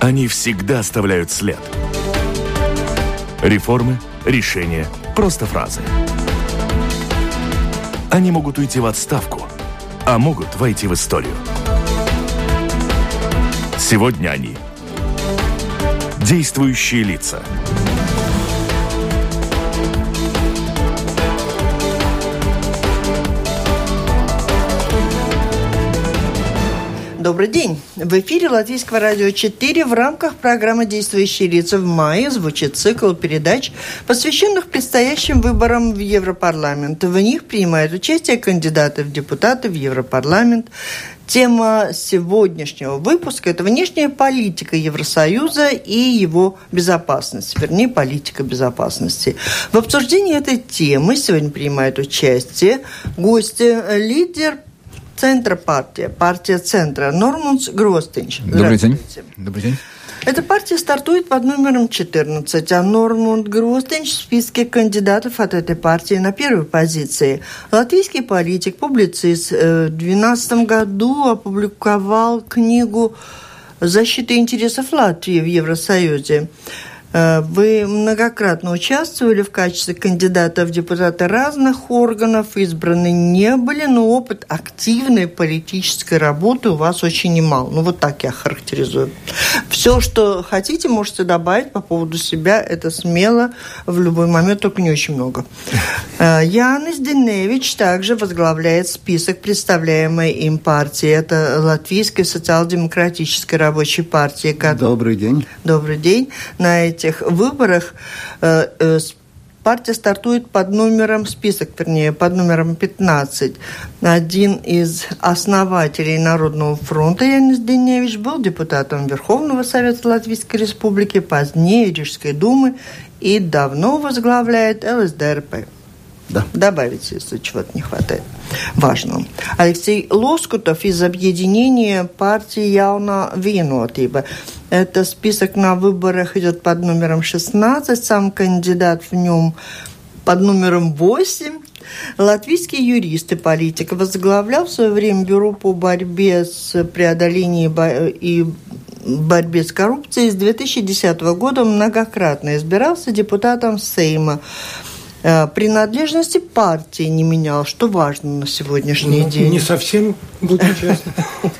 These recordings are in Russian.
Они всегда оставляют след. Реформы, решения, просто фразы. Они могут уйти в отставку, а могут войти в историю. Сегодня они – действующие лица. Добрый день. В эфире Латвийского радио 4 в рамках программы «Действующие лица» в мае звучит цикл передач, посвященных предстоящим выборам в Европарламент. В них принимают участие кандидаты в депутаты в Европарламент. Тема сегодняшнего выпуска – это внешняя политика Евросоюза и его безопасность, вернее, политика безопасности. В обсуждении этой темы сегодня принимает участие гости, лидер Центра партия Центра Нормундс Гростинч. Добрый день. Добрый день. Эта партия стартует под номером 14, а Нормунд Гростинч в списке кандидатов от этой партии на первой позиции. Латвийский политик, публицист в 2012 году опубликовал книгу «Защита интересов Латвии в Евросоюзе». Вы многократно участвовали в качестве кандидата в депутаты разных органов, избраны не были, но опыт активной политической работы у вас очень немало. Ну, вот так я характеризую. Все, что хотите, можете добавить по поводу себя. Это смело, в любой момент, только не очень много. Янис Деневич также возглавляет список представляемой им партии. Это Латвийская социал-демократическая рабочая партия. Добрый день. Добрый день. На этих выборах партия стартует под номером 15. Один из основателей Народного фронта Янис Деневич был депутатом Верховного Совета Латвийской Республики, позднее Рижской думы и давно возглавляет ЛСДРП. Да. Добавить, если чего-то не хватает важного. Алексей Лоскутов из объединения партии Jauna Vienotība. Это список на выборах идет под номером 16, сам кандидат в нем под номером 8. Латвийский юрист и политик возглавлял в свое время бюро по борьбе с преодолением и борьбе с коррупцией. С 2010 года многократно избирался депутатом Сейма. Принадлежности партии не менял, что важно на сегодняшний день. Не совсем, будем честны.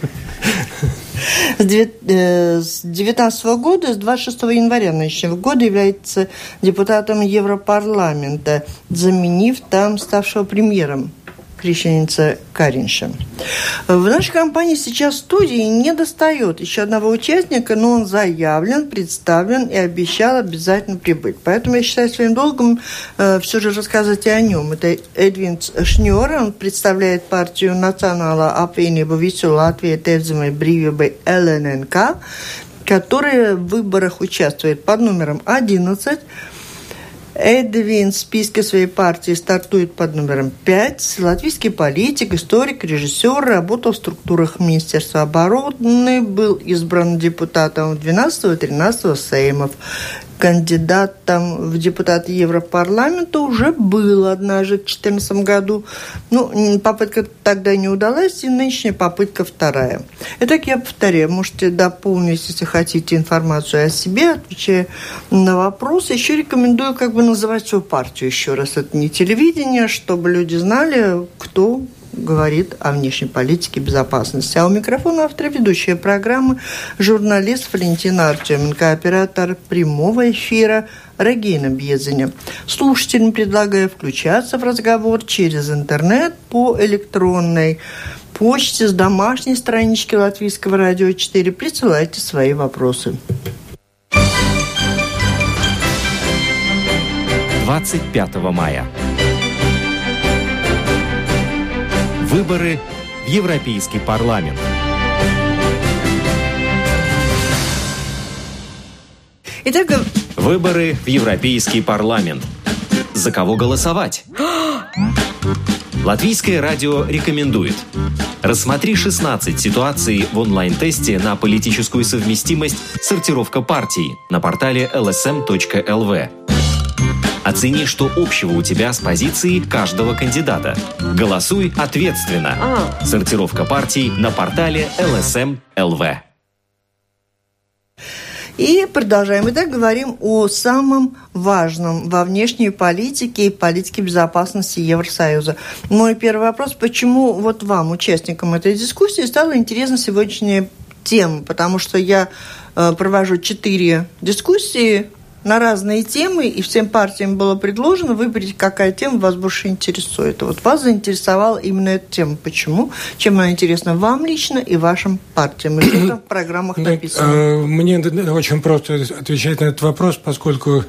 С 2019 года, с 26 января нынешнего года является депутатом Европарламента, заменив там ставшего премьером Кришьяница Каринша. В нашей компании сейчас в студии не достает еще одного участника, но он заявлен, представлен и обещал обязательно прибыть. Поэтому я считаю своим долгом все же рассказать и о нем. Это Эдвинс Шнёр, он представляет партию Национālā apvienība visu latvietēdzimai brīvībai ЛННК, которая в выборах участвует под номером 11. Эдвин в списке своей партии стартует под номером 5. Латвийский политик, историк, режиссер, работал в структурах Министерства обороны, был избран депутатом 12-13 Сеймов. Кандидатом в депутаты Европарламента уже был однажды в 2014 году. Ну, попытка тогда не удалась, и нынешняя попытка вторая. Итак, я повторяю, можете дополнить, если хотите, информацию о себе, отвечая на вопросы. Еще рекомендую называть свою партию еще раз. Это не телевидение, чтобы люди знали, кто говорит о внешней политике и безопасности. А у микрофона автор ведущая программы, журналист Валентина Артеменко, оператор прямого эфира Регина Бьезиня. Слушателям предлагаю включаться в разговор через интернет по электронной почте с домашней странички Латвийского радио 4. Присылайте свои вопросы. 25 мая. Выборы в Европейский парламент. Итак, выборы в Европейский парламент. За кого голосовать? Латвийское радио рекомендует. Рассмотри 16 ситуаций в онлайн-тесте на политическую совместимость «Сортировка партий» на портале lsm.lv. Оцени, что общего у тебя с позицией каждого кандидата. Голосуй ответственно. Сортировка партий на портале lsm.lv. И продолжаем. Итак, говорим о самом важном во внешней политике и политике безопасности Евросоюза. Мой первый вопрос: почему вот вам, участникам этой дискуссии, стала интересна сегодняшняя тема? Потому что я провожу 4 дискуссии на разные темы, и всем партиям было предложено выбрать, какая тема вас больше интересует. Вот вас заинтересовала именно эта тема. Почему? Чем она интересна вам лично и вашим партиям? И что там в программах написано? Мне очень просто отвечать на этот вопрос, поскольку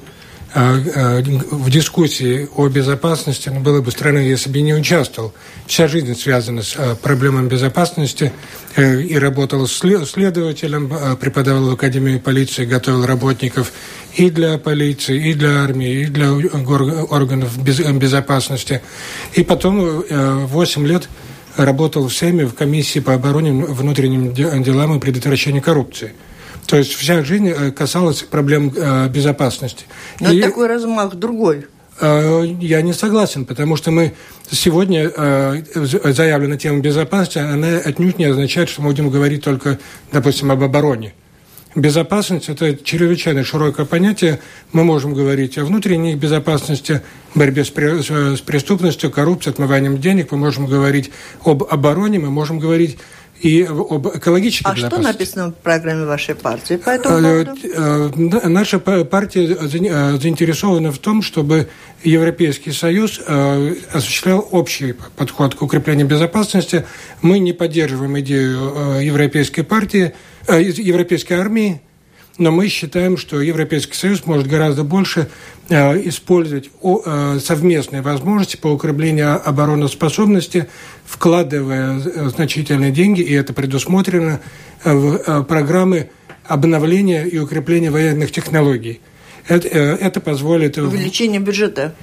в дискуссии о безопасности было бы странно, если бы я не участвовал. Вся жизнь связана с проблемами безопасности. И работал следователем, преподавал в Академии полиции, готовил работников и для полиции, и для армии, и для органов безопасности. И потом 8 лет работал в Сейме в комиссии по обороне, внутренним делам и предотвращению коррупции. То есть вся жизнь касалась проблем безопасности. Но это такой размах другой. Я не согласен, потому что мы сегодня заявлена тема безопасности, она отнюдь не означает, что мы будем говорить только, допустим, об обороне. Безопасность – это чрезвычайно широкое понятие. Мы можем говорить о внутренней безопасности, борьбе с преступностью, коррупцией, отмыванием денег. Мы можем говорить об обороне, мы можем говорить и об экологической безопасности. А что написано в программе вашей партии по этому поводу? Наша партия заинтересована в том, чтобы Европейский Союз осуществлял общий подход к укреплению безопасности. Мы не поддерживаем идею Европейской армии, но мы считаем, что Европейский Союз может гораздо больше использовать совместные возможности по укреплению обороноспособности, вкладывая значительные деньги, и это предусмотрено в программы обновления и укрепления военных технологий. Это позволит... Увеличение бюджета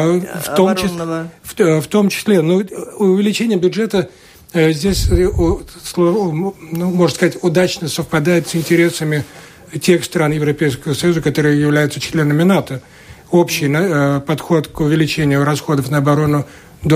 в том числе. Но увеличение бюджета здесь, можно сказать, удачно совпадает с интересами тех стран Европейского Союза, которые являются членами НАТО. Общий подход к увеличению расходов на оборону до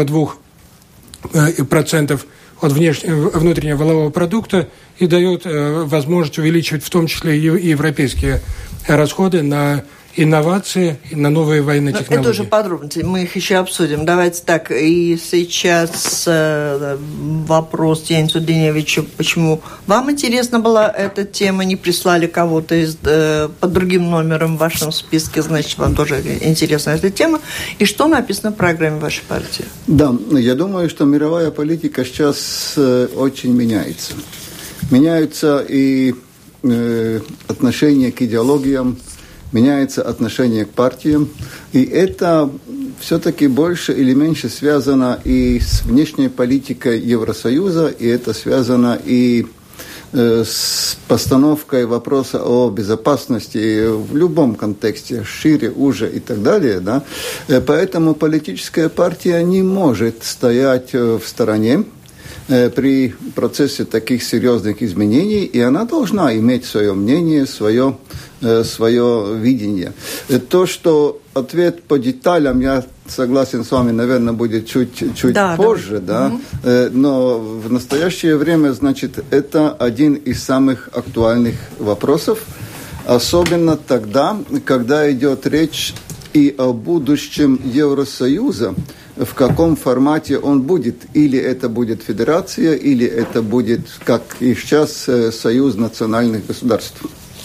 2% от внутреннего валового продукта и дает возможность увеличивать в том числе и европейские расходы на инновации, на новые военные технологии. Это уже подробности, мы их еще обсудим. Давайте так, и сейчас вопрос Денису Деневичу, почему вам интересна была эта тема, не прислали кого-то под другим номером в вашем списке, значит, вам тоже интересна эта тема. И что написано в программе вашей партии? Да, я думаю, что мировая политика сейчас очень меняется. Меняются и отношения к идеологиям, меняется отношение к партиям, и это все-таки больше или меньше связано и с внешней политикой Евросоюза, и это связано и с постановкой вопроса о безопасности в любом контексте, шире, уже и так далее. Да? Поэтому политическая партия не может стоять в стороне при процессе таких серьезных изменений, и она должна иметь свое мнение, свое видение. То, что ответ по деталям, я согласен с вами, наверное, будет чуть позже, да? Но в настоящее время, значит, это один из самых актуальных вопросов, особенно тогда, когда идет речь и о будущем Евросоюза, в каком формате он будет. Или это будет федерация, или это будет, как и сейчас, союз национальных государств.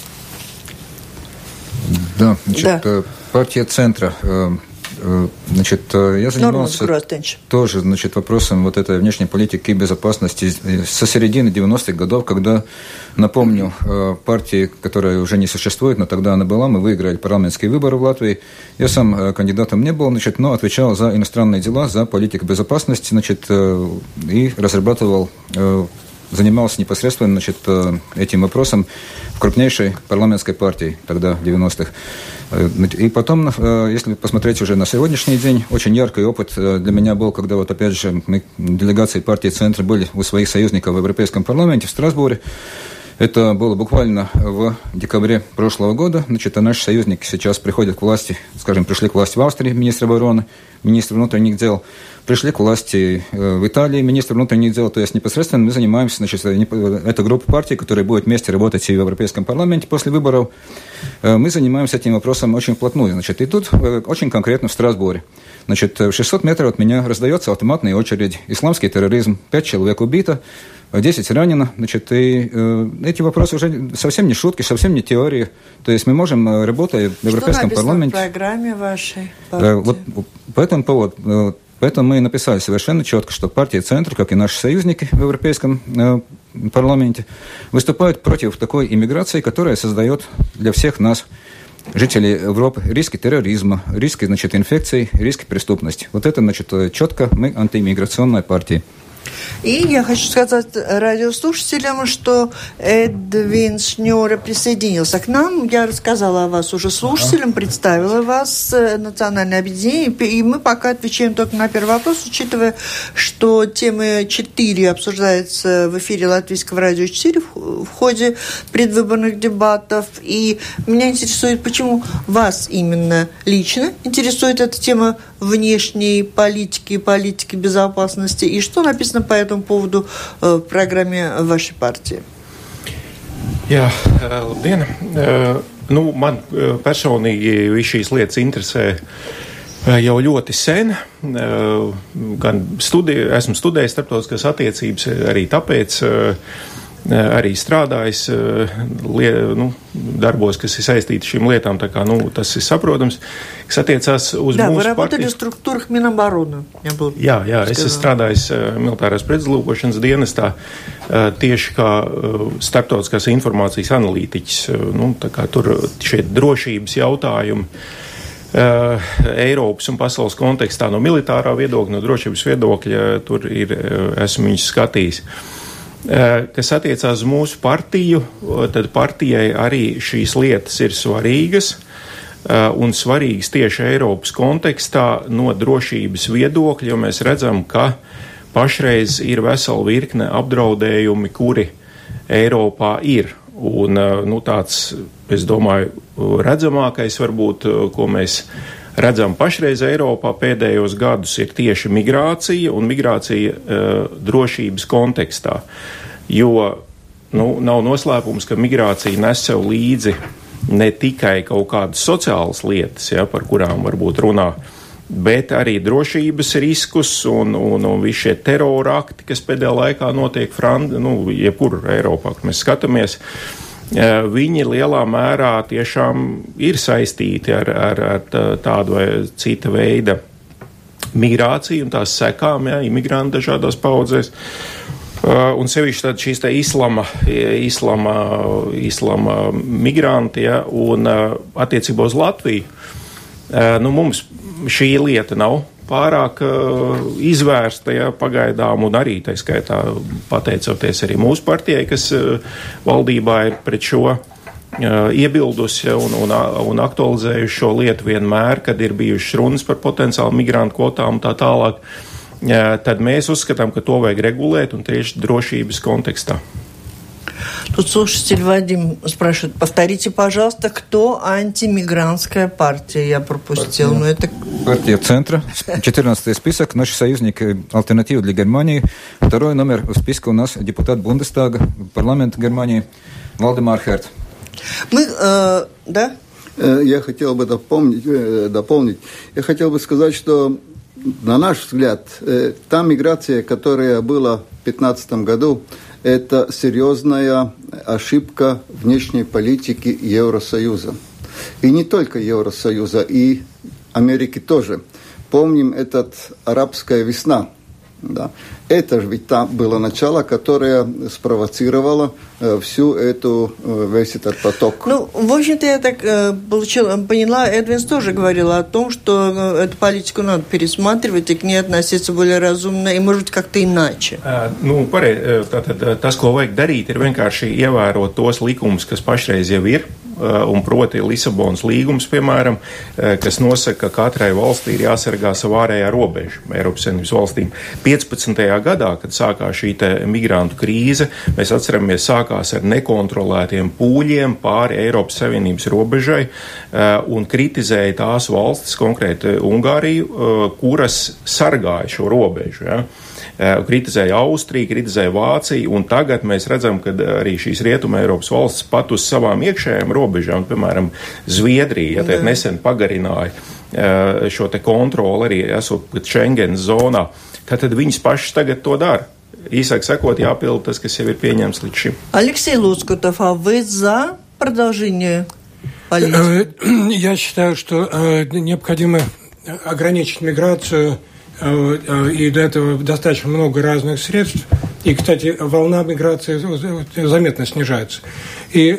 Да, значит, партия Центра. Значит, я занимался тоже, значит, вопросом вот этой внешней политики и безопасности со середины 90-х годов, когда, напомню, партии, которая уже не существует, но тогда она была, мы выиграли парламентские выборы в Латвии. Я сам кандидатом не был, значит, но отвечал за иностранные дела, за политику безопасности, значит, и разрабатывал, занимался непосредственно, значит, этим вопросом в крупнейшей парламентской партии тогда, в 90-х. И потом, если посмотреть уже на сегодняшний день, очень яркий опыт для меня был, когда вот опять же мы, делегации партии «Центр», были у своих союзников в Европейском парламенте в Страсбурге. Это было буквально в декабре прошлого года. Значит, наши союзники сейчас приходят к власти, скажем, пришли к власти в Австрии, министр обороны, министр внутренних дел, пришли к власти в Италии, министр внутренних дел. То есть непосредственно мы занимаемся, значит, это группа партий, которая будет вместе работать и в Европейском парламенте после выборов. Мы занимаемся этим вопросом очень вплотную. Значит, и тут очень конкретно в Страсбурге. Значит, в 600 метров от меня раздается автоматная очередь. Исламский терроризм. 5 человек убито, 10 ранено. Значит, и эти вопросы уже совсем не шутки, совсем не теории. То есть мы можем, работая в Европейском парламенте... Что написано в программе вашей партии? Вот по этому поводу... Поэтому мы написали совершенно четко, что партия «Центр», как и наши союзники в Европейском парламенте, выступают против такой иммиграции, которая создает для всех нас, жителей Европы, риски терроризма, риски, значит, инфекций, риски преступности. Вот это, значит, четко мы антииммиграционная партия. И я хочу сказать радиослушателям, что Эдвин Шнёре присоединился к нам. Я рассказала о вас уже слушателям, представила вас, национальное объединение. И мы пока отвечаем только на первый вопрос, учитывая, что темы 4 обсуждается в эфире Латвийского радио 4 в ходе предвыборных дебатов. И меня интересует, почему вас именно лично интересует эта тема внешней политики, политики безопасности, и что написано по этому поводу в программе вашей партии? Jā, labdien. Man personīgi šīs lietas interesē jau ļoti sen. Esmu studējis starptautiskās attiecības, arī tāpēc arī strādājis darbos, kas ir saistīti šīm lietām, tā kā, tas ir saprotams, kas attiecās uz mūsu partiju. Вы работали в структурах Минобороны. Jā, es esmu strādājis militārās pretuzlūkošanas dienestā tieši kā starptautiskās informācijas analītiķis. Tā kā tur šie drošības jautājumi Eiropas un pasaules kontekstā no militārā viedokļa, no drošības viedokļa, tur esmu viņus skatījis. Kas attiecās uz mūsu partiju, tad partijai arī šīs lietas ir svarīgas un svarīgas tieši Eiropas kontekstā no drošības viedokļa, jo mēs redzam, ka pašreiz ir vesela virkne apdraudējumi, kuri Eiropā ir. Un tāds, es domāju, redzamākais varbūt, ko mēs redzam pašreiz Eiropā pēdējos gadus, ir tieši migrācija un migrācija drošības kontekstā. Jo nav noslēpums, ka migrācija nes sev līdzi ne tikai kaut kādas sociālas lietas, par kurām varbūt runā, bet arī drošības riskus un visi šie terora akti, kas pēdējā laikā notiek jebkur Eiropā, kur mēs skatāmies. Viņi lielā mērā tiešām ir saistīti ar tādu vai cita veida migrāciju un tās sekām, imigranti dažādās paudzēs. Un sevišķi tad šīs te islama migranti, un attiecībā uz Latviju. Mums šī lieta nav pārāk izvērsta, pagaidām, un arī, tā skaitā, pateicoties arī mūsu partijai, kas valdībā ir pret šo iebildusi un aktualizējuši šo lietu vienmēr, kad ir bijušas runas par potenciālu migrantu kvotām un tā tālāk, tad mēs uzskatām, ka to vajag regulēt un tieši drošības kontekstā. Тут слушатель Вадим спрашивает, повторите, пожалуйста, кто антимигрантская партия? Я пропустил. Партия «Центра», 14-й список, наши союзники «Альтернатива для Германии». Второй номер в списке у нас депутат Бундестага, парламент Германии, Валдемар Херт. Да? Я хотел бы дополнить. Я хотел бы сказать, что, на наш взгляд, та миграция, которая была в 2015 году, это серьезная ошибка внешней политики Евросоюза. И не только Евросоюза, и Америки тоже. Помним арабская весна. Да. Это же ведь там было начало, которое спровоцировало весь этот поток. В общем-то, я так поняла, Эдвинс тоже говорила о том, что эту политику надо пересматривать и к ней относиться более разумно и, может быть, как-то иначе. Tas, ko vajag darīt, ir vienkārši ievērot tos likumus, kas pašreiz jau ir, un proti Lisabonas līgums, piemēram, kas nosaka, ka katrai valstī ir jāsargā savu ārējā robežu Eiropas Savienības valstīm. 15. gadā, kad sākās šī migrantu krīze, mēs atceramies, sākās ar nekontrolētiem pūļiem pāri Eiropas Savienības robežai un kritizēja tās valstis, konkrēti Ungāriju, kuras sargāja šo robežu. Ja? Kritizēja Austriju, kritizēja Vāciju, un tagad mēs redzam, ka arī šīs Rietuma Eiropas valstis pat uz savām iekšējām robežām, piemēram, Zviedrija, ja nesen pagarināja šo te kontroli arī esot Schengen zonā, tad viņas pašas tagad to dara. Īsāk sakot, jāpild tas, kas jau ir pieņemts līdz šim. Алексей Лоскутов, а вы за продолжение политики? Я считаю, что необходимо ограничить миграцию, и для этого достаточно много разных средств. И, кстати, волна миграции заметно снижается. И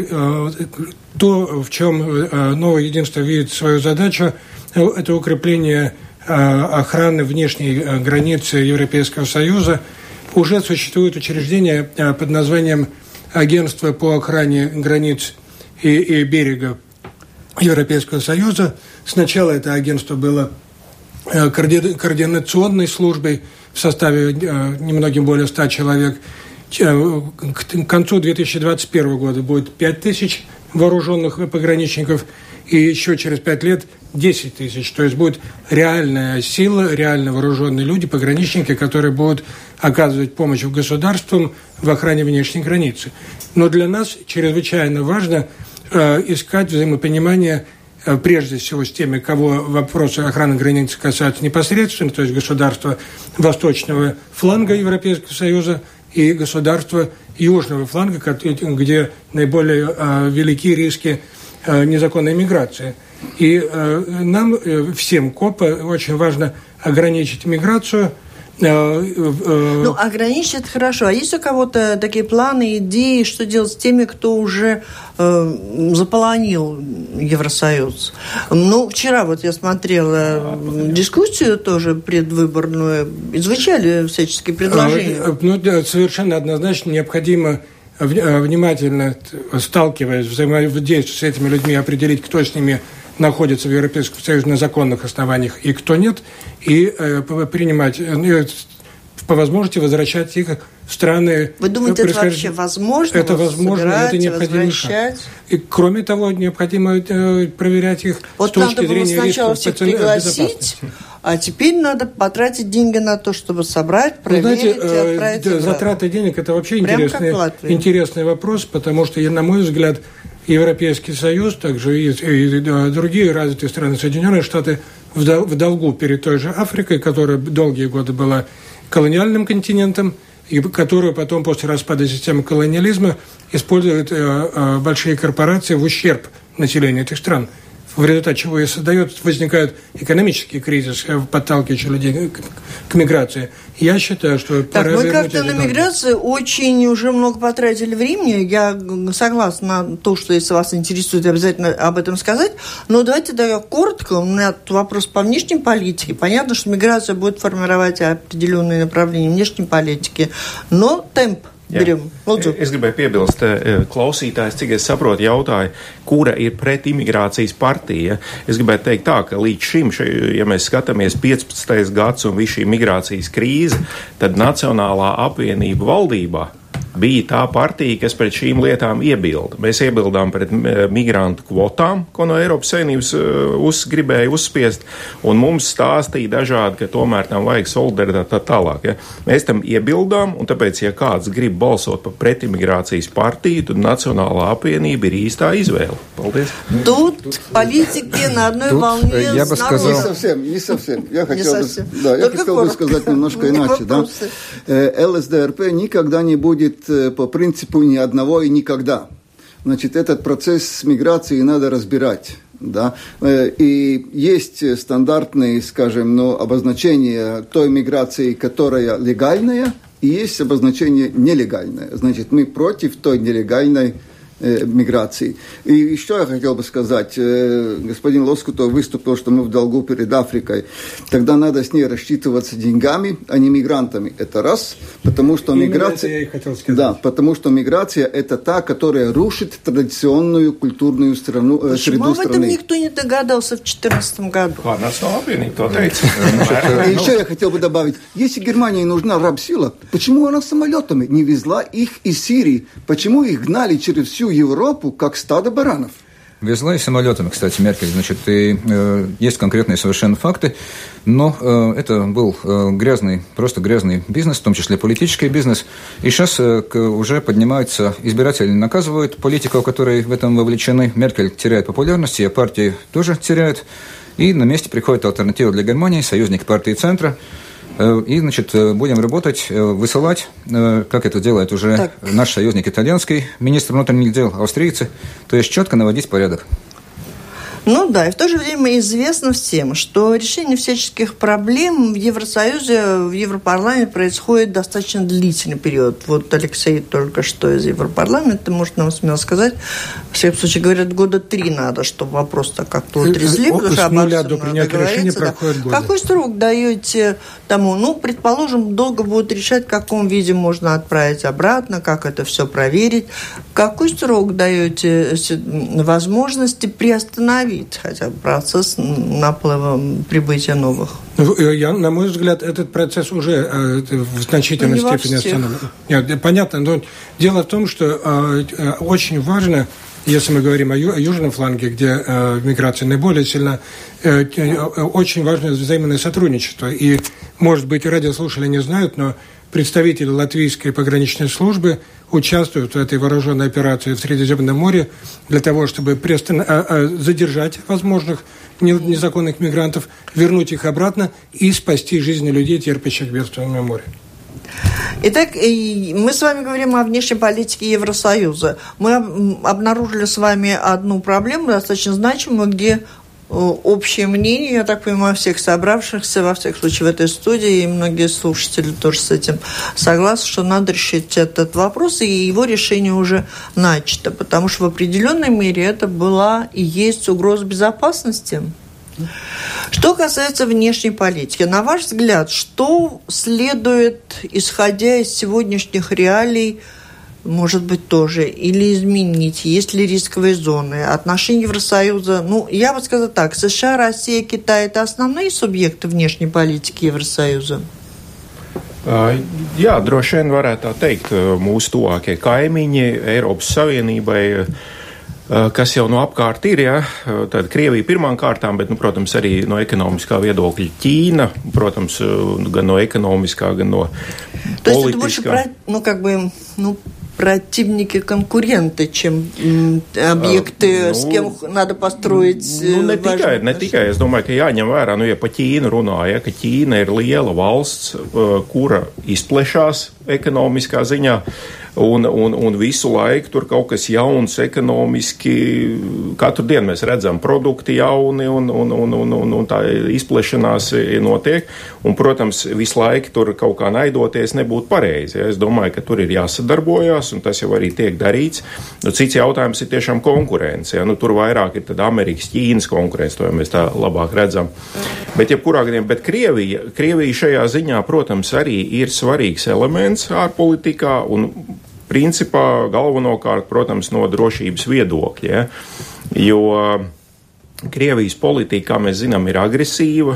то, в чем Новое единство видит свою задачу, это укрепление охраны внешней границы Европейского Союза. Уже существует учреждение под названием Агентство по охране границ и берега Европейского Союза. Сначала это агентство было координационной службой в составе немногим более 100 человек. К концу 2021 года будет 5000 вооруженных пограничников, и еще через 5 лет 10 тысяч. То есть будет реальная сила, реально вооруженные люди, пограничники, которые будут оказывать помощь государствам в охране внешней границы. Но для нас чрезвычайно важно искать взаимопонимание прежде всего с теми, кого вопросы охраны границы касаются непосредственно, то есть государства восточного фланга Европейского Союза и государства южного фланга, где наиболее велики риски незаконной миграции. И нам, всем КОПа, очень важно ограничить миграцию. Ну, ограничить это хорошо. А есть у кого-то такие планы, идеи, что делать с теми, кто уже заполонил Евросоюз? Ну, вчера вот я смотрела дискуссию тоже предвыборную, и звучали всяческие предложения. Ну, совершенно однозначно необходимо, внимательно сталкиваясь, взаимодействуя с этими людьми, определить, кто с ними находится в Европейском Союзе на законных основаниях и кто нет, и принимать, по возможности возвращать их в страны. Вы думаете, это вообще возможно? Это возможно, это необходимо. И кроме того, необходимо проверять их с точки зрения рисков. Вот надо было сначала всех пригласить, а теперь надо потратить деньги на то, чтобы собрать, проверить и отправить. Затраты денег – это вообще интересный вопрос, потому что, на мой взгляд, Европейский Союз, также и другие развитые страны, Соединенные Штаты в долгу перед той же Африкой, которая долгие годы была колониальным континентом, и которую потом после распада системы колониализма используют большие корпорации в ущерб населению этих стран, в результате чего и возникает экономический кризис, подталкивающий людей к миграции. Я считаю, что пора вернуть. Мы как-то на миграцию очень уже много потратили времени. Я согласна на то, что если вас интересует, обязательно об этом сказать. Но давайте тогда коротко. У меня вопрос по внешней политике. Понятно, что миграция будет формировать определенные направления внешней политики. Но темп. Es gribēju piebilst, klausītājs, cik es saprotu, jautāja, kura ir pret imigrācijas partija. Es gribētu teikt tā, ka līdz šim, ja mēs skatāmies 15. gads un visu šī migrācijas krīze, tad Nacionālā apvienība valdībā bija tā partija, kas pret šīm lietām iebilda. Mēs iebildām pret migrantu kvotām, ko no Eiropas Savienības gribēja uzspiest, un mums stāstīja dažādi, ka tomēr tam vajag solidaritāti tā tālāk. Ja? Mēs tam iebildām, un tāpēc, ja kāds grib balsot par pretimigrācijas partiju, tad Nacionālā apvienība ir īstā izvēle. Paldies. Тут политики на одной волне. Я бы сказал... Не совсем. Я хотел бы сказать немножко иначе. Да? ЛСДРП никогда не будет по принципу ни одного и никогда. Значит, этот процесс с миграцией надо разбирать. Да? И есть стандартные, скажем, обозначения той миграции, которая легальная, и есть обозначение нелегальное. Значит, мы против той нелегальной миграции. И что я хотел бы сказать. Господин Лоскутов выступил, что мы в долгу перед Африкой. Тогда надо с ней рассчитываться деньгами, а не мигрантами. Это раз. Потому что миграция... Да, потому что миграция – это та, которая рушит традиционную культурную среду страны. Почему об этом никто не догадался в 2014 году? И еще я хотел бы добавить. Если Германии нужна рабсила, почему она самолетами не везла их из Сирии? Почему их гнали через всю Европу, как стадо баранов? Везла и самолетами, кстати, Меркель. Значит, есть конкретные совершенно факты, но это был просто грязный бизнес, в том числе политический бизнес. И сейчас уже поднимаются, избиратели наказывают политиков, которые в этом вовлечены. Меркель теряет популярность, и партии тоже теряют. И на месте приходит альтернатива для Германии, союзник партии центра. И, значит, будем работать, высылать, как это делает уже наш союзник итальянский, министр внутренних дел, австрийцы, то есть четко наводить порядок. Ну да, и в то же время известно всем, что решение всяческих проблем в Евросоюзе, в Европарламенте происходит достаточно длительный период. Вот Алексей только что из Европарламента, может нам смело сказать, в всяком случае, говорят, 3 года надо, чтобы вопрос-то как-то утрясли, потому что обо всем надо договориться. Какой срок даете тому? Ну, предположим, долго будут решать, в каком виде можно отправить обратно, как это все проверить. Какой срок даете возможности приостановить хотя бы процесс наплыва прибытия новых? На мой взгляд, этот процесс уже в значительной степени остановлен. Понятно, но дело в том, что очень важно, если мы говорим о южном фланге, где миграция наиболее сильна, очень важно взаимное сотрудничество. И, может быть, радиослушатели не знают, но представители латвийской пограничной службы участвуют в этой вооруженной операции в Средиземном море для того, чтобы задержать возможных незаконных мигрантов, вернуть их обратно и спасти жизни людей, терпящих бедствие на море. Итак, мы с вами говорим о внешней политике Евросоюза. Мы обнаружили с вами одну проблему, достаточно значимую, где общее мнение, я так понимаю, всех собравшихся, во всяком случае, в этой студии, и многие слушатели тоже с этим согласны, что надо решить этот вопрос, и его решение уже начато, потому что в определенной мере это была и есть угроза безопасности. Что касается внешней политики, на ваш взгляд, что следует, исходя из сегодняшних реалий, может быть, тоже, или изменить, есть ли рисковые зоны, отношения Евросоюза, я бы сказала так, США, Россия, Китай – это основные субъекты внешней политики Евросоюза? Jā, droši vien varētu tā teikt, mūsu tuvākie kaimiņi Eiropas Savienībai, kas jau apkārt ir, tad Krievija pirmām kārtām, bet, protams, arī no ekonomiskā viedokļa Ķīna, protams, gan no ekonomiskā, gan no politiskā. То есть это больше, противники, конкуренты, чем объекты, с кем надо построить ne tikai. Es domāju, ka jāņem vērā, ja pa Ķīnu runāja, ka Ķīna ir liela valsts, kura izplešās ekonomiskā ziņā, un visu laiku tur kaut kas jauns ekonomiski, katru dienu mēs redzam produkti jauni, un tā izplešanās notiek, un, protams, visu laiku tur kaut kā naidoties nebūtu pareizi. Ja? Es domāju, ka tur ir jāsadarbojās, un tas jau arī tiek darīts. Cits jautājums ir tiešām konkurence. Ja? Tur vairāk ir tad Amerikas, Ķīnas konkurence, to jau mēs tā labāk redzam. Bet Krievija šajā ziņā, protams, arī ir svarīgs elements ārpolitikā, un principā galvenokārt, protams, no drošības viedokļa, ja? Jo Krievijas politika, kā mēs zinām, ir agresīva,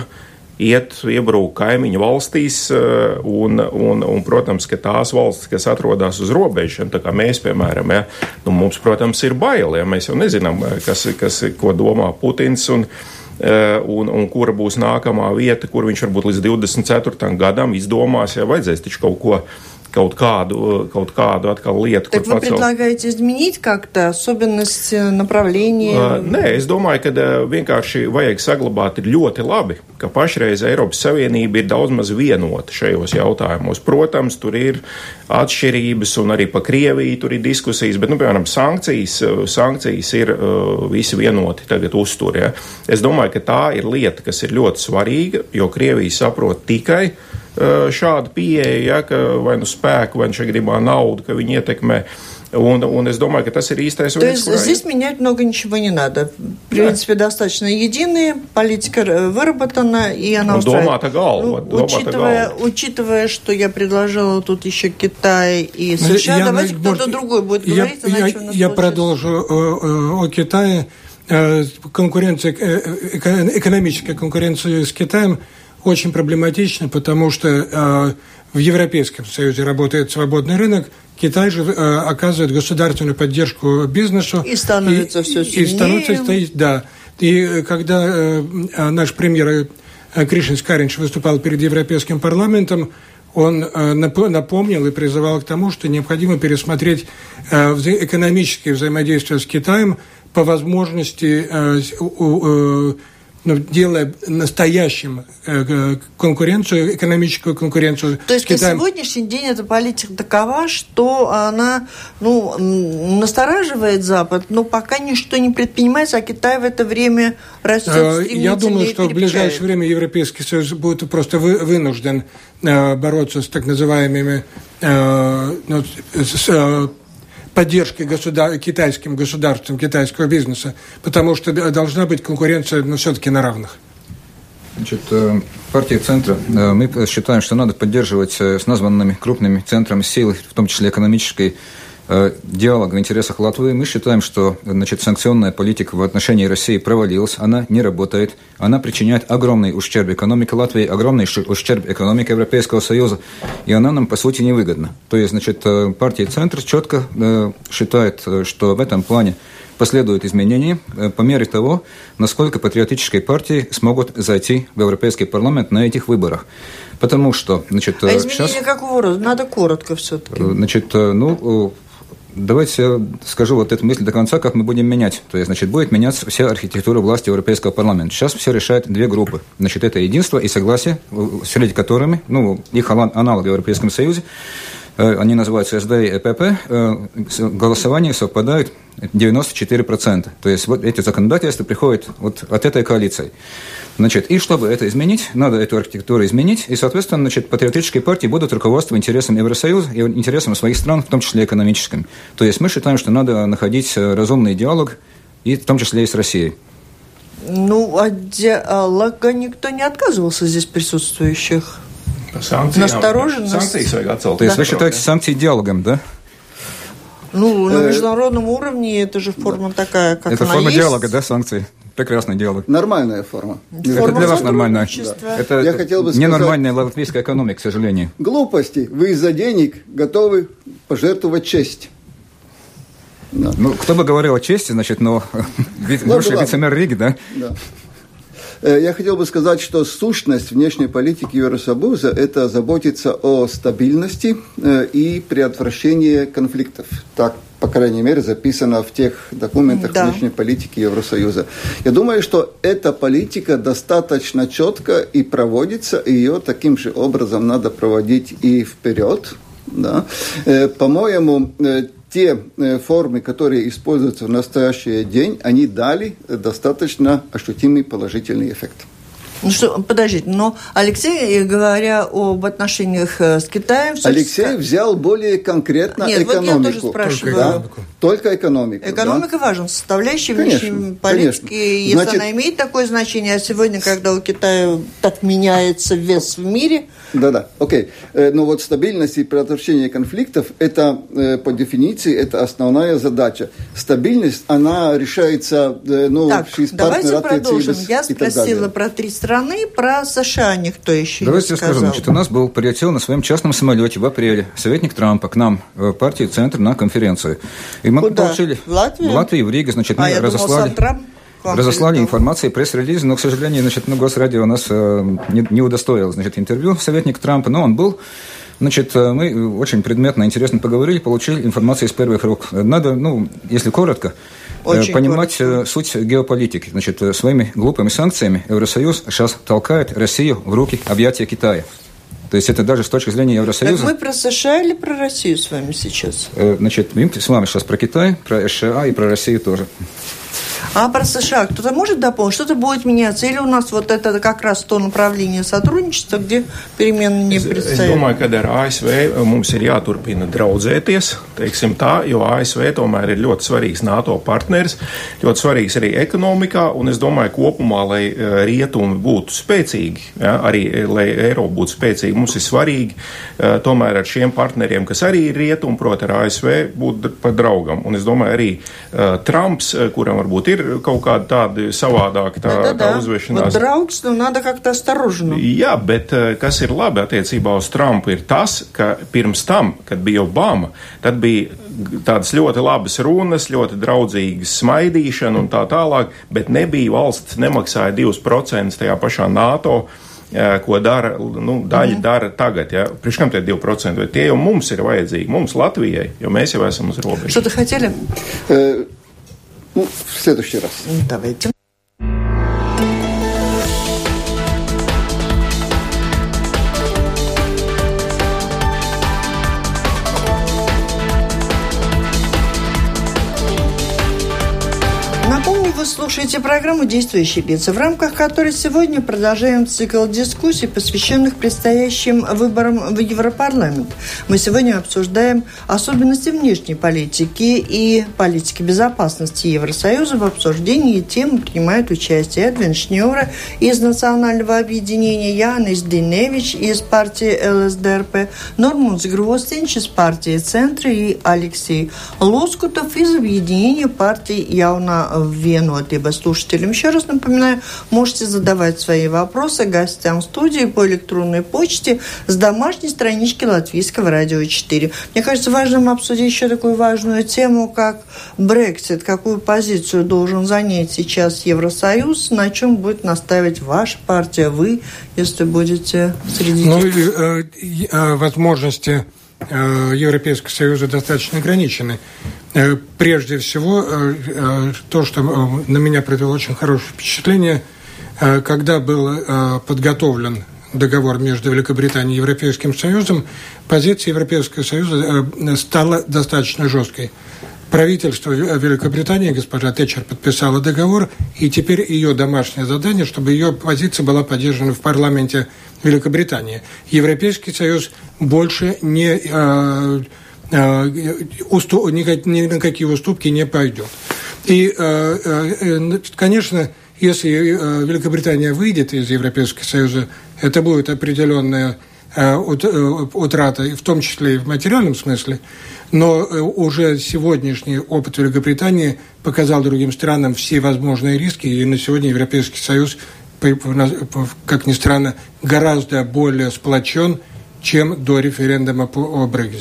iebrūk kaimiņu valstīs, un, protams, ka tās valstis, kas atrodas uz robežām, tā kā mēs, piemēram, ja, mums, protams, ir bail, ja? Mēs jau nezinām, ko domā Putins, un kura būs nākamā vieta, kur viņš varbūt līdz 24. gadam izdomās, ja vajadzēs taču kaut kādu atkal lietu. Так вы предлагаете изменить как-то особенности направления? Nē, es domāju, ka vienkārši vajag saglabāt ļoti labi, ka pašreiz Eiropas Savienība ir daudz maz vienota šajos jautājumos. Protams, tur ir atšķirības un arī pa Krieviju tur ir diskusijas, bet, piemēram, sankcijas ir visi vienoti tagad uztur. Ja? Es domāju, ka tā ir lieta, kas ir ļoti svarīga, jo Krievija saprot tikai šādu pieeju, ja, ka vai spēku, vai gribā naudu, ka viņi ietekmē. Un es domāju, ka tas ir īstais veids. То есть здесь менять много ничего не надо. В принципе, достаточно единая, политика выработана, и она учитывая, что я предложила тут еще Китай и США, давайте кто-то другой будет говорить. Я продолжу о Китае. Экономическая конкуренция с Китаем очень проблематична, потому что в Европейском Союзе работает свободный рынок, Китай же оказывает государственную поддержку бизнесу. И становится все сильнее. Да. И когда наш премьер Кришинс Каринч выступал перед Европейским парламентом, он напомнил и призывал к тому, что необходимо пересмотреть экономические взаимодействия с Китаем по возможности, делая настоящим конкуренцию, экономическую конкуренцию То есть с Китаем. На сегодняшний день эта политика такова, что она настораживает Запад, но пока ничто не предпринимается, а Китай в это время растет стремительнее. Я думаю, что в ближайшее время Европейский Союз будет просто вынужден бороться с так называемыми поддержки китайским государством, китайского бизнеса, потому что должна быть конкуренция, но все-таки на равных. Значит, партия Центра, мы считаем, что надо поддерживать с названными крупными центрами силы, в том числе экономической, диалог в интересах Латвии. Мы считаем, что санкционная политика в отношении России провалилась, она не работает, она причиняет огромный ущерб экономике Латвии, огромный ущерб экономике Европейского Союза, и она нам, по сути, невыгодна. То есть, партия Центр четко считает, что в этом плане последуют изменения по мере того, насколько патриотические партии смогут зайти в Европейский парламент на этих выборах. Потому что, изменения сейчас, какого рода? Надо коротко все-таки. Давайте я скажу эту мысль до конца, как мы будем менять. То есть, будет меняться вся архитектура власти Европейского парламента. Сейчас все решают две группы. Это единство и согласие, среди которыми, их аналог в Европейском Союзе, они называются СД и ЭПП, голосование совпадает 94%. То есть эти законодательства приходят от этой коалиции. И чтобы это изменить, надо эту архитектуру изменить, и, соответственно, патриотические партии будут руководствоваться интересами Евросоюза и интересами своих стран, в том числе экономическими. То есть мы считаем, что надо находить разумный диалог, и в том числе и с Россией. От диалога никто не отказывался здесь присутствующих. Настороженность. То есть вы считаете санкции диалогом, да? На международном уровне это же форма такая, как это она форма есть. Диалога, да, санкции? Прекрасный диалог. Нормальная форма. Это для вас нормальная. Да. Это ненормальная латвийская экономика, к сожалению. Глупости. Вы из-за денег готовы пожертвовать честь. Да. Кто бы говорил о чести, бывший вице-мэр Риги, да? Да. Я хотел бы сказать, что сущность внешней политики Евросоюза – это заботиться о стабильности и предотвращении конфликтов. Так, по крайней мере, записано в тех документах внешней политики Евросоюза. Я думаю, что эта политика достаточно четко и проводится, и ее таким же образом надо проводить и вперед. Да. По-моему, те формы, которые используются в настоящий день, они дали достаточно ощутимый положительный эффект. Подождите, но Алексей, говоря об отношениях с Китаем... Алексей взял более конкретно экономику. Нет, я тоже спрашиваю. Только экономику. Экономика важна, составляющая внешней политики. Если она имеет такое значение, а сегодня, когда у Китая так меняется вес в мире... Да, окей. Но стабильность и предотвращение конфликтов, это по дефиниции, это основная задача. Стабильность, она решается... давайте продолжим. Я спросила про 3 страны, про США никто еще давайте не сказал. Давайте скажу. У нас прилетел на своем частном самолете в апреле советник Трампа к нам в партию «Центр» на конференцию. И мы получили в Латвию? В Латвии, в Риге. Мы разослали информацию, пресс-релиз, но, к сожалению, Госрадио нас не удостоило интервью советника Трампа, но он был. Мы очень предметно, интересно поговорили, получили информацию из первых рук. Надо, если коротко, понимать суть геополитики. Своими глупыми санкциями Евросоюз сейчас толкает Россию в руки объятия Китая. То есть это даже с точки зрения Евросоюза... Так мы про США или про Россию с вами сейчас? Мы с вами сейчас про Китай, про США и про Россию тоже. А про США кто-то может дополнить? Что-то будет меняться? Или у нас вот это как раз то направление сотрудничества, где перемены не предстоят? Es domāju, ka ar ASV mums ir jāturpina draudzēties, teiksim tā, jo ASV tomēr ir ļoti svarīgs NATO partneris, ļoti svarīgs arī ekonomikā, un es domāju kopumā, lai rietumi būtu spēcīgi, ja, arī lai Eiropa būtu spēcīga, mums ir svarīgi tomēr ar šiem partneriem, kas arī ir rietumi, proti ar ASV, būt par draugam. Un es domāju arī Trumps, kuram varbūt ir kaut kāda tāda savādāka tā uzvešanās. Вот draugs, nu, надо как-то осторожно. Jā, bet kas ir labi attiecībā uz Trumpu ir tas, ka pirms tam, kad bija Obama, tad bija tādas ļoti labas runas, ļoti draudzīgas smaidīšana un tā tālāk, bet nebija valsts nemaksāja 2% tajā pašā NATO, ko dara, nu, daļa dara tagad, ja. Priekš kam tie 2%, vai tie jau mums ir vajadzīgi, mums Latvijai, jo mēs jau esam uz robežas. Что-то хотели? В следующий раз. Давайте. Вы слушаете программу «Действующие лица», в рамках которой сегодня продолжаем цикл дискуссий, посвященных предстоящим выборам в Европарламент. Мы сегодня обсуждаем особенности внешней политики и политики безопасности Евросоюза. В обсуждении темы принимают участие Эдвин Шнёра из Национального объединения, Янис Диневич из партии ЛСДРП, Нормунс Гростинч из партии «Центра» и Алексей Лоскутов из объединения партии «Явна Вену». Слушателям еще раз напоминаю, можете задавать свои вопросы гостям студии по электронной почте с домашней странички Латвийского радио 4. Мне кажется, важным обсудить еще такую важную тему, как Брексит. Какую позицию должен занять сейчас Евросоюз, на чем будет настаивать ваша партия, вы, если будете среди тех... возможности Европейского Союза достаточно ограничены. Прежде всего, то, что на меня произвело очень хорошее впечатление, когда был подготовлен договор между Великобританией и Европейским Союзом, позиция Европейского Союза стала достаточно жесткой. Правительство Великобритании, госпожа Тэтчер, подписала договор, и теперь ее домашнее задание, чтобы ее позиция была поддержана в парламенте Великобритании. Европейский Союз больше ни на какие уступки не пойдет. И, конечно, если Великобритания выйдет из Европейского Союза, это будет определенная утрата, в том числе и в материальном смысле, но уже сегодняшний опыт Великобритании показал другим странам все возможные риски, и на сегодня Европейский Союз, как ни странно, гораздо более сплочен, чем до референдума о Брексите.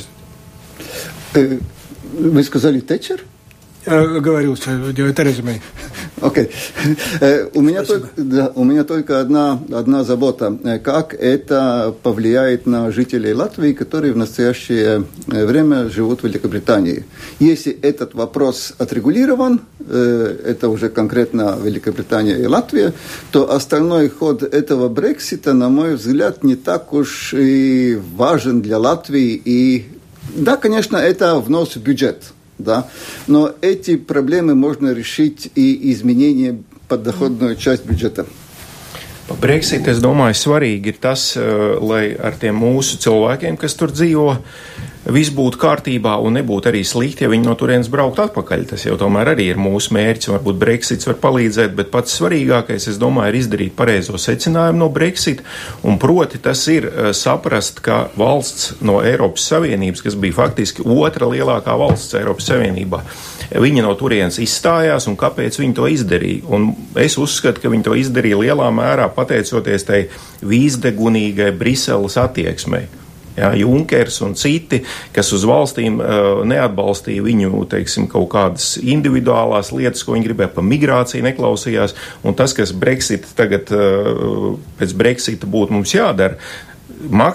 Вы сказали Тэтчер? Говорил, Тереза Мэй. Окей. У меня только одна забота. Как это повлияет на жителей Латвии, которые в настоящее время живут в Великобритании? Если этот вопрос отрегулирован, это уже конкретно Великобритания и Латвия, то остальной ход этого Брексита, на мой взгляд, не так уж и важен для Латвии. И да, конечно, это внос в бюджет. Да? Но эти проблемы можно решить и изменением подоходную часть бюджета. Par Brexit, es domāju, svarīgi ir tas, lai ar tiem mūsu cilvēkiem, kas tur dzīvo, viss būtu kārtībā un nebūtu arī slikti, ja viņi no turienes braukt atpakaļ. Tas jau tomēr arī ir mūsu mērķis, varbūt Brexits var palīdzēt, bet pats svarīgākais, es domāju, ir izdarīt pareizo secinājumu no Brexit, un proti tas ir saprast, ka valsts no Eiropas Savienības, kas bija faktiski otra lielākā valsts Eiropas Savienībā, viņi no turienes izstājās, un kāpēc viņi to izdarīja? Un es uzskatu, ka viņi to izdarīja lielā mērā pateicoties tai vīzdegunīgai Briseles attieksmei. Ja, Junkers un citi, kas uz valstīm neatbalstīja viņu, teiksim, kaut kādas individuālās lietas, ko viņi gribēja, par migrāciju neklausījās, un tas, kas Brexit tagad pēc Brexita būtu mums jādara,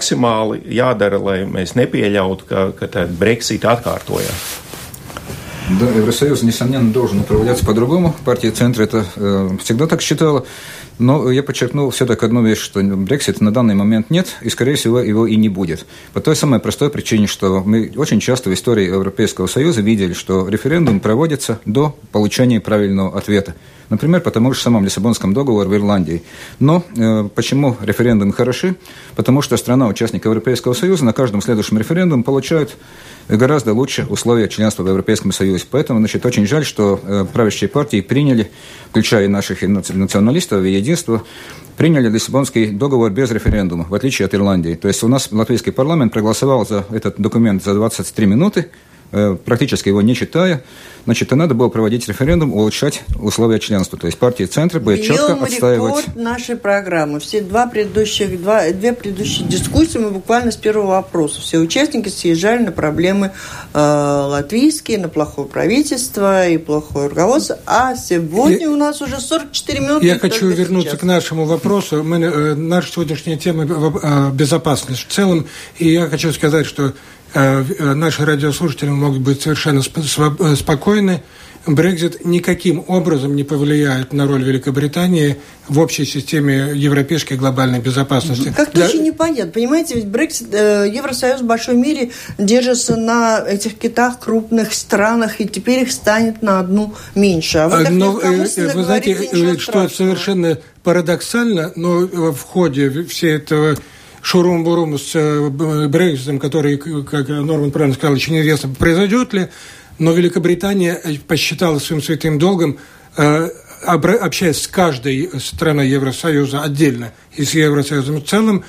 maksimāli jādara, lai mēs nepieļautu, ka tā Brexit atkārtojās. Да, Евросоюз, несомненно, должен управляться по-другому. Партия Центра это всегда так считала. Но я подчеркнул все-таки одну вещь, что Брексита на данный момент нет, и, скорее всего, его и не будет. По той самой простой причине, что мы очень часто в истории Европейского Союза видели, что референдум проводится до получения правильного ответа. Например, по тому же самому Лиссабонскому договору в Ирландии. Но почему референдумы хороши? Потому что страна-участник Европейского Союза на каждом следующем референдуме получает гораздо лучше условия членства в Европейском Союзе. Поэтому, значит, очень жаль, что правящие партии приняли, включая наших националистов и единство, приняли Лиссабонский договор без референдума, в отличие от Ирландии. То есть у нас латвийский парламент проголосовал за этот документ за 23 минуты, практически его не читая. Значит, и надо было проводить референдум, улучшать условия членства. То есть партия Центра будет четко отстаивать... рекорд нашей программы. Две предыдущие дискуссии мы буквально с первого вопроса. Все участники съезжали на проблемы латвийские, на плохое правительство и плохое руководство. А сегодня у нас уже 44 минуты. Я хочу вернуться к нашему вопросу. Наша сегодняшняя тема – безопасность в целом. И я хочу сказать, что наши радиослушатели могут быть совершенно спокойны. Брексит никаким образом не повлияет на роль Великобритании в общей системе европейской глобальной безопасности. Как-то очень непонятно. Понимаете, ведь Брексит, Евросоюз в большой мере держится на этих китах, крупных странах, и теперь их станет на одну меньше. А вы вы знаете, что это совершенно парадоксально, но в ходе всей этого шурум-бурум с Брекситом, который, как Норман правильно сказал, еще неизвестно, произойдет ли, но Великобритания посчитала своим святым долгом, общаясь с каждой страной Евросоюза отдельно и с Евросоюзом в целом,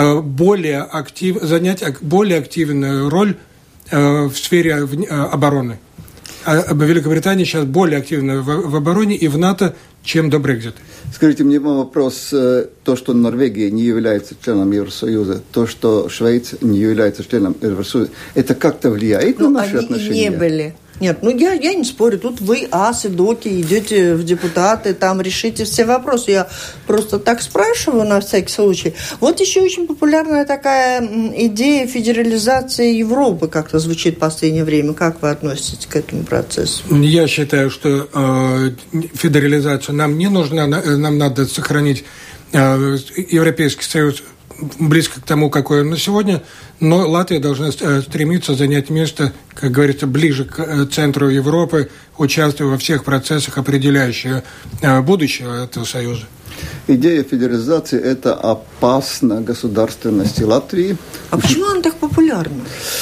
занять более активную роль в сфере обороны. Великобритания сейчас более активна в обороне и в НАТО, чем до Брексита. Скажите мне вопрос. То, что Норвегия не является членом Евросоюза, то, что Швеция не является членом Евросоюза, это как-то влияет на наши отношения? Они не были. Нет, я не спорю. Тут вы, асы, доки, идете в депутаты, там решите все вопросы. Я просто так спрашиваю на всякий случай. Вот еще очень популярная такая идея федерализации Европы как-то звучит в последнее время. Как вы относитесь к этому процессу? Я считаю, что федерализация нам не нужна. Нам надо сохранить Европейский Союз близко к тому, какой он на сегодня, но Латвия должна стремиться занять место, как говорится, ближе к центру Европы, участвуя во всех процессах, определяющих будущее этого союза. Идея федерализации – это опасно государственности Латвии. А почему она так популярна?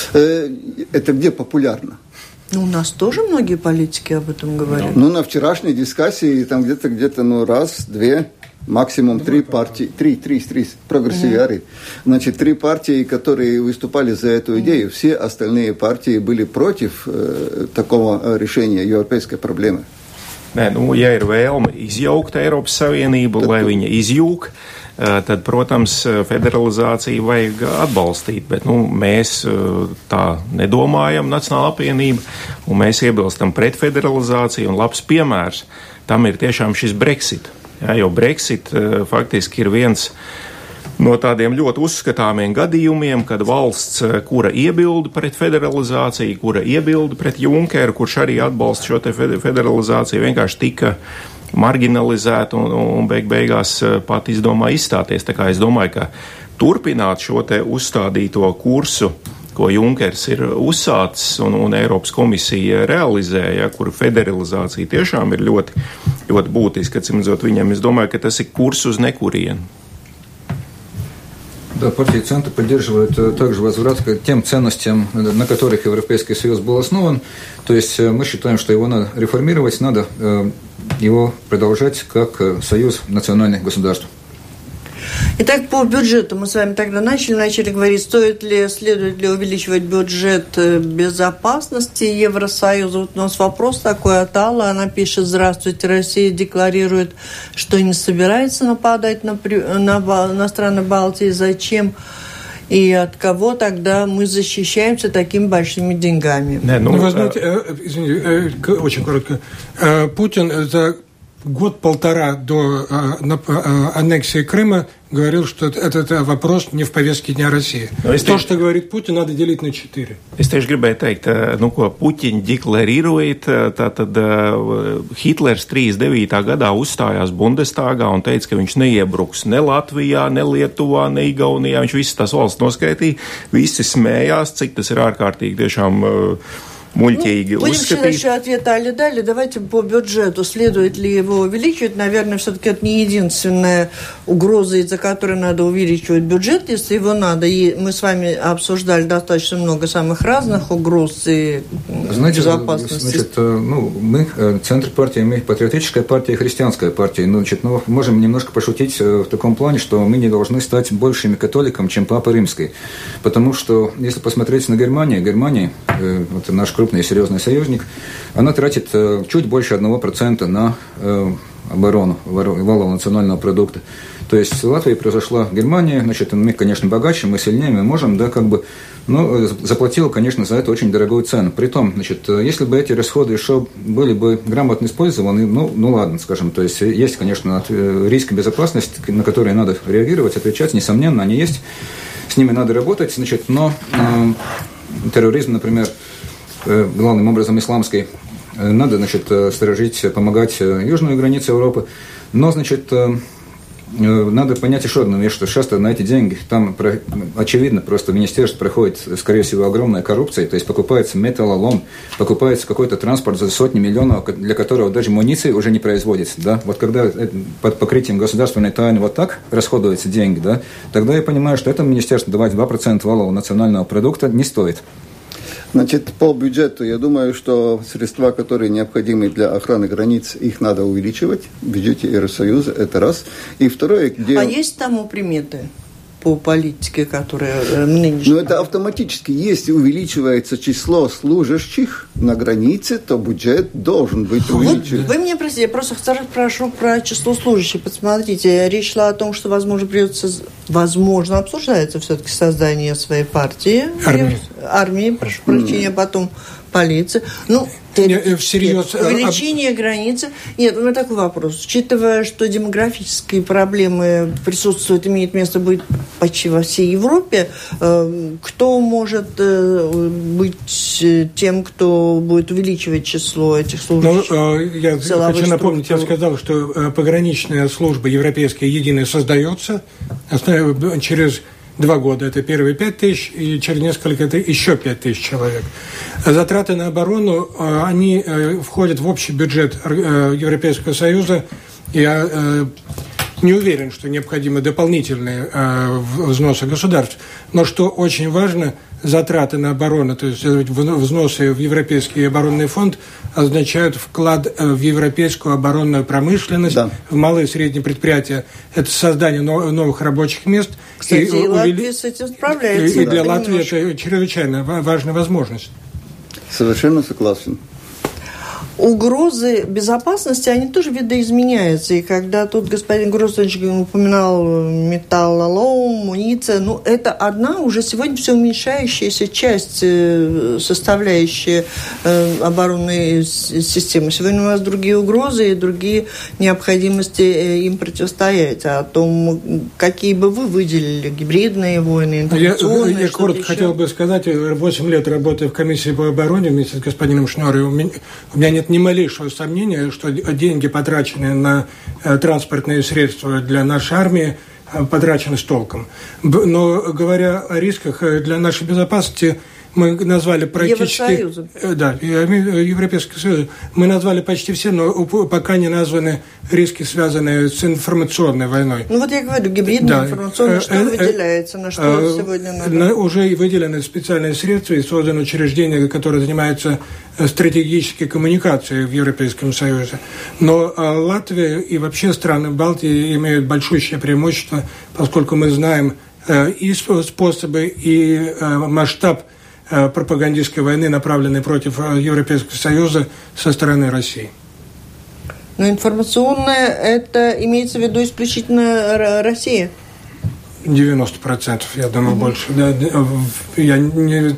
Это где популярно? У нас тоже многие политики об этом говорят. На вчерашней дискуссии там где-то раз, две, максимум три партии, три прогрессивиары. Значит, три партии, которые выступали за эту идею. Все остальные партии были против такого решения европейской проблемы. Ja ir vēlme izjaukt Eiropas Savienību, lai viņa izjūg, tad, protams, federalizāciju vajag atbalstīt, bet mēs tā nedomājam, Nacionāla apvienība, un mēs iebilstam pret federalizāciju, un labs piemērs tam ir tiešām šis Brexit. Ja, jo Brexit faktiski ir viens no tādiem ļoti uzskatāmiem gadījumiem, kad valsts, kura iebilda pret federalizāciju, kura iebilda pret Junkeru, kurš arī atbalsta šo te federalizāciju, vienkārši tika marginalizēta un beigās pat izdomāja izstāties. Tā kā es domāju, ka turpināt šo te uzstādīto kursu, ko Junkers ir uzsācis un Eiropas komisija realizēja, kur federalizācija tiešām ir ļoti, ļoti būtiska, atsimredzot viņam, es domāju, ka tas ir kurs uz nekurienu. Да, партия Центр поддерживает также возврат к тем ценностям, на которых Европейский Союз был основан. То есть мы считаем, что его надо реформировать, надо его продолжать как союз национальных государств. Итак, по бюджету мы с вами тогда начали говорить, следует ли увеличивать бюджет безопасности Евросоюза. Вот у нас вопрос такой от Аллы, она пишет: здравствуйте, Россия декларирует, что не собирается нападать на страны Балтии. Зачем и от кого тогда мы защищаемся такими большими деньгами? Вы знаете, извините, очень коротко. Путин за год-полтора до аннексии Крыма говорил, что этот вопрос не в повестке дня России. То, что говорит Путин, надо делить на 4. Es tieši gribēju teikt, ko Puķiņi deklarējot, tātad Hitlers 39. gadā uzstājās Bundestāgā un teica, ka viņš neiebruks ne Latvijā, ne Lietuvā, ne Igaunijā. Viņš visas tās valsts noskaitīja, visi smējās, cik tas ir ārkārtīgi tiešām мультяги. Будем считать, что ответ Али дали. Давайте по бюджету. Следует ли его увеличивать? Наверное, все-таки это не единственная угроза, из-за которой надо увеличивать бюджет, если его надо. И мы с вами обсуждали достаточно много самых разных угроз и безопасности. Значит, мы центр партии, мы патриотическая партия и христианская партия. Можем немножко пошутить в таком плане, что мы не должны стать большими католиками, чем Папа Римский. Потому что, если посмотреть на Германия, это наш крупный и серьезный союзник, она тратит чуть больше 1% на оборону валового национального продукта. То есть в Латвии произошла Германия, значит, мы, конечно, богаче, мы сильнее, мы можем, заплатила, конечно, за это очень дорогую цену. Притом, значит, если бы эти расходы еще были бы грамотно использованы, ладно, скажем, то есть, конечно, риски безопасности, на которые надо реагировать, отвечать, несомненно, они есть, с ними надо работать, значит, но терроризм, например, главным образом исламской, надо, значит, сторожить, помогать южную границу Европы. Но, значит, надо понять еще одну вещь, что часто на эти деньги, там, очевидно, просто в министерстве проходит, скорее всего, огромная коррупция, то есть покупается металлолом, покупается какой-то транспорт за сотни миллионов, для которого даже муниции уже не производится, да, вот когда под покрытием государственной тайны вот так расходуются деньги, да, тогда я понимаю, что этому министерству давать 2% валового национального продукта не стоит. Значит, по бюджету, я думаю, что средства, которые необходимы для охраны границ, их надо увеличивать в бюджете Евросоюза, это раз. И второе, где... А есть тому приметы по политике, которая нынешняя? Это автоматически. Если увеличивается число служащих на границе, то бюджет должен быть увеличен. Вы меня простите, я просто прошу про число служащих. Посмотрите, речь шла о том, что, возможно, обсуждается все-таки создание своей партии. Армии, прошу прощения, потом полиции. Всерьез. Увеличение границы. Нет, у меня такой вопрос. Учитывая, что демографические проблемы присутствуют, имеют место быть почти во всей Европе, кто может быть тем, кто будет увеличивать число этих служащих? Я хочу напомнить, я сказал, что пограничная служба европейская единая создается через 2 года это первые 5 тысяч, и через несколько это еще 5 тысяч человек. Затраты на оборону, они входят в общий бюджет Европейского Союза. Я не уверен, что необходимы дополнительные взносы государств. Но что очень важно, затраты на оборону, то есть взносы в Европейский оборонный фонд означают вклад в европейскую оборонную промышленность, да, в малые и средние предприятия. Это создание новых рабочих мест. Кстати, и Латвия с этим справляется. И для Латвии это чрезвычайно важная возможность. Совершенно согласен. Угрозы безопасности, они тоже видоизменяются. И когда тут господин Грозович упоминал металлолом, муниция, это одна уже сегодня все уменьшающаяся часть, составляющая оборонной системы. Сегодня у нас другие угрозы и другие необходимости им противостоять. А о том, какие бы вы выделили, гибридные войны, информационные... Я коротко хотел бы сказать, 8 лет работаю в комиссии по обороне вместе с господином Шнёрой. У меня нет ни малейшего сомнения, что деньги, потраченные на транспортные средства для нашей армии, потрачены с толком. Но говоря о рисках для нашей безопасности, мы назвали практически... Европейский Союз. Мы назвали почти все, но пока не названы риски, связанные с информационной войной. Я говорю, гибридная, информационная, что выделяется, на что сегодня надо? Уже выделены специальные средства и созданы учреждения, которые занимаются стратегической коммуникацией в Европейском Союзе. Но Латвия и вообще страны Балтии имеют большущее преимущество, поскольку мы знаем и способы, и масштаб пропагандистской войны, направленной против Европейского Союза со стороны России. Но информационная, это имеется в виду исключительно Россия? 90%, я думаю, больше. Да, я не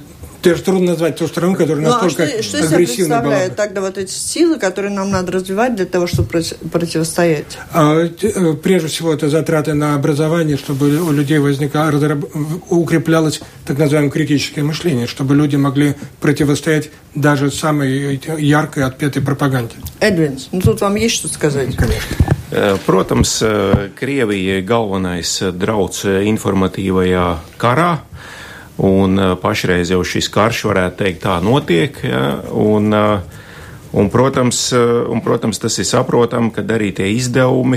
Это же трудно назвать ту страну, которая настолько агрессивна была. Что себя представляют тогда вот эти силы, которые нам надо развивать для того, чтобы противостоять? Прежде всего, это затраты на образование, чтобы у людей укреплялось так называемое критическое мышление, чтобы люди могли противостоять даже самой яркой отпетой пропаганде. Эдвинс, тут вам есть что сказать? Конечно. Protams, Krievijai galvenais drauds informatīvajā karā, un pašreiz jau šis karš, varētu teikt, tā notiek, ja, un, protams, tas ir saprotam, ka arī tie izdevumi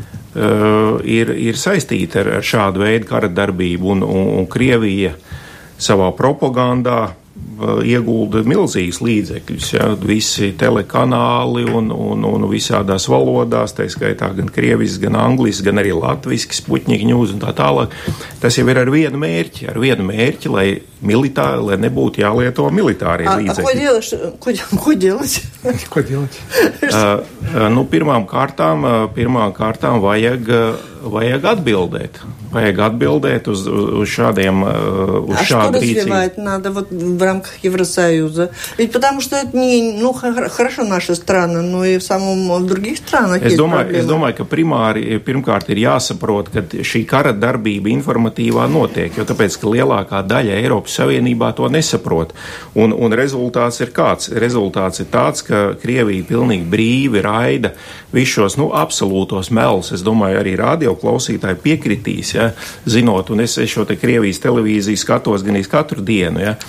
ir saistīti ar šādu veidu kara darbību, un Krievija savā propagandā iegulda milzīgas līdzekļus, ja, visi telekanāli un visādās valodās, tā skaitā gan krieviski, gan angliski, gan arī latviski, Sputnik News un tā tālāk. Tas jau ir ar vienu mērķi, lai nebūtu jālieto militārie līdzekļi. Ko делать? Pirmām kārtām vajag atbildēt. Vajag atbildēt uz šādiem, uz что šādu рīcību. Развивать надо вот в рамках Евросоюза? Ведь потому что это не, хорошо наши страны, но и в других странах есть проблемы. Es domāju, ka pirmkārt ir jāsaprot, ka šī kara darbība informatīvā notiek, jo tāpēc, ka lielākā daļa Eiropas Savienībā to nesaprot. Un rezultāts ir kāds? Rezultāts ir tāds, ka Krievija pilnīgi brīvi raida visus šos, absolūtos melus. Es domāju, arī radioklausītāji piekritīs, ja, zinot, un es šo te Krievijas televīziju skatos gan katru dienu, ja.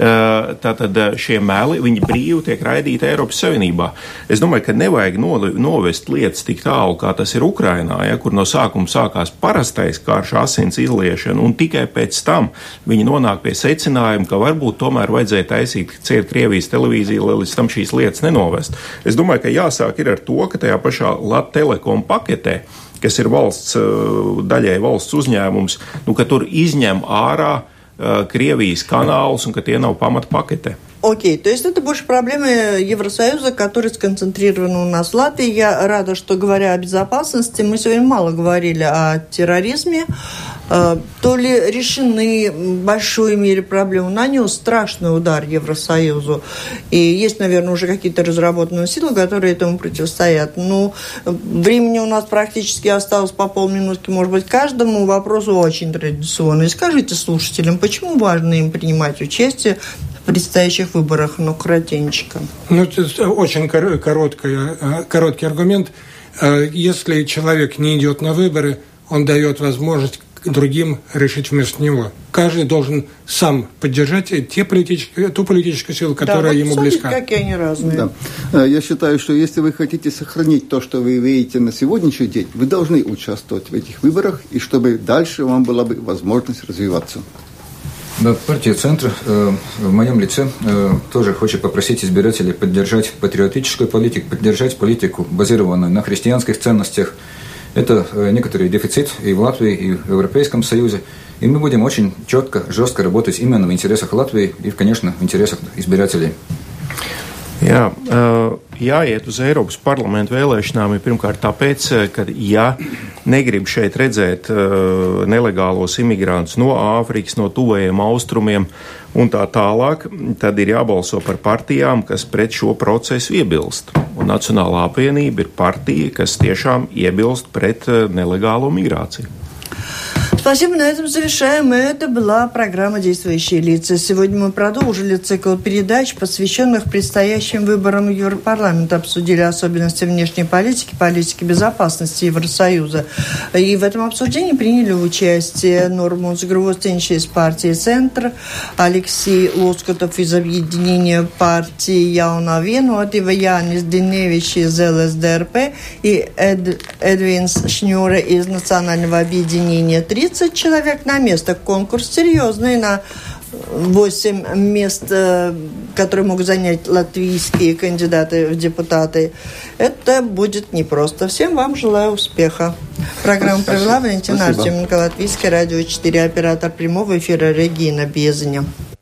Tātad šie meli, viņi brīvi tiek raidīti Eiropas Savienībā. Es domāju, ka nevajag novest lietas tik tālu, kā tas ir Ukrainā, ja, kur no sākuma sākās parastais karš, asins izliešana, un tikai pēc tam viņi nonāk pie secinājuma, ka varbūt tomēr vajadzēja taisīt ciet Krievijas televīziju, lai līdz tam šīs lietas nenovest. Es domāju, ka jāsāk ir ar to, ka tajā pašā Lat-Telekom paketē, kas ir daļai valsts uzņēmums, ka tur izņem ārā Krievijas каналus, un ka tie nav pamata pakete. Окей, то есть это больше проблемы Евросоюза, который сконцентрирован у нас в Латвии. Я рада, что, говоря о безопасности, мы сегодня мало говорили о терроризме. То ли решены в большой мере проблемы, нанес страшный удар Евросоюзу. И есть, наверное, уже какие-то разработанные силы, которые этому противостоят. Но времени у нас практически осталось по полминутки, может быть, каждому вопросу очень традиционный. Скажите слушателям, почему важно им принимать участие в предстоящих выборах, но коротенько. Это очень короткий аргумент. Если человек не идет на выборы, он дает возможность другим решить вместо него. Каждый должен сам поддержать ту политическую силу, которая ему близка. Какие они разные. Да. Я считаю, что если вы хотите сохранить то, что вы видите на сегодняшний день, вы должны участвовать в этих выборах, и чтобы дальше вам была бы возможность развиваться. Да, партия «Центр» в моем лице тоже хочет попросить избирателей поддержать патриотическую политику, поддержать политику, базированную на христианских ценностях. Это некоторый дефицит и в Латвии, и в Европейском Союзе. И мы будем очень четко, жестко работать именно в интересах Латвии и, конечно, в интересах избирателей. Jāiet uz Eiropas parlamentu vēlēšanām ir pirmkārt tāpēc, ka negrib šeit redzēt nelegālos imigrantus no Āfrikas, no tuvajiem austrumiem un tā tālāk, tad ir jābalso par partijām, kas pret šo procesu iebilst. Un Nacionālā apvienība ir partija, kas tiešām iebilst pret nelegālo migrāciju. Спасибо, на этом завершаем. Это была программа «Действующие лица». Сегодня мы продолжили цикл передач, посвященных предстоящим выборам Европарламента. Обсудили особенности внешней политики, политики безопасности Евросоюза. И в этом обсуждении приняли участие Нормунс Гростенч из партии «Центр», Алексей Лоскутов из объединения партии «Яуна Венуатива», Янис Деневич из ЛСДРП и Эдвинс Шнюра из Национального объединения 30 человек на место. Конкурс серьезный на 8 мест, которые могут занять латвийские кандидаты в депутаты. Это будет непросто. Всем вам желаю успеха. Программу провела Валентина Артеменко, Латвийское радио 4, оператор прямого эфира Регина Безеня.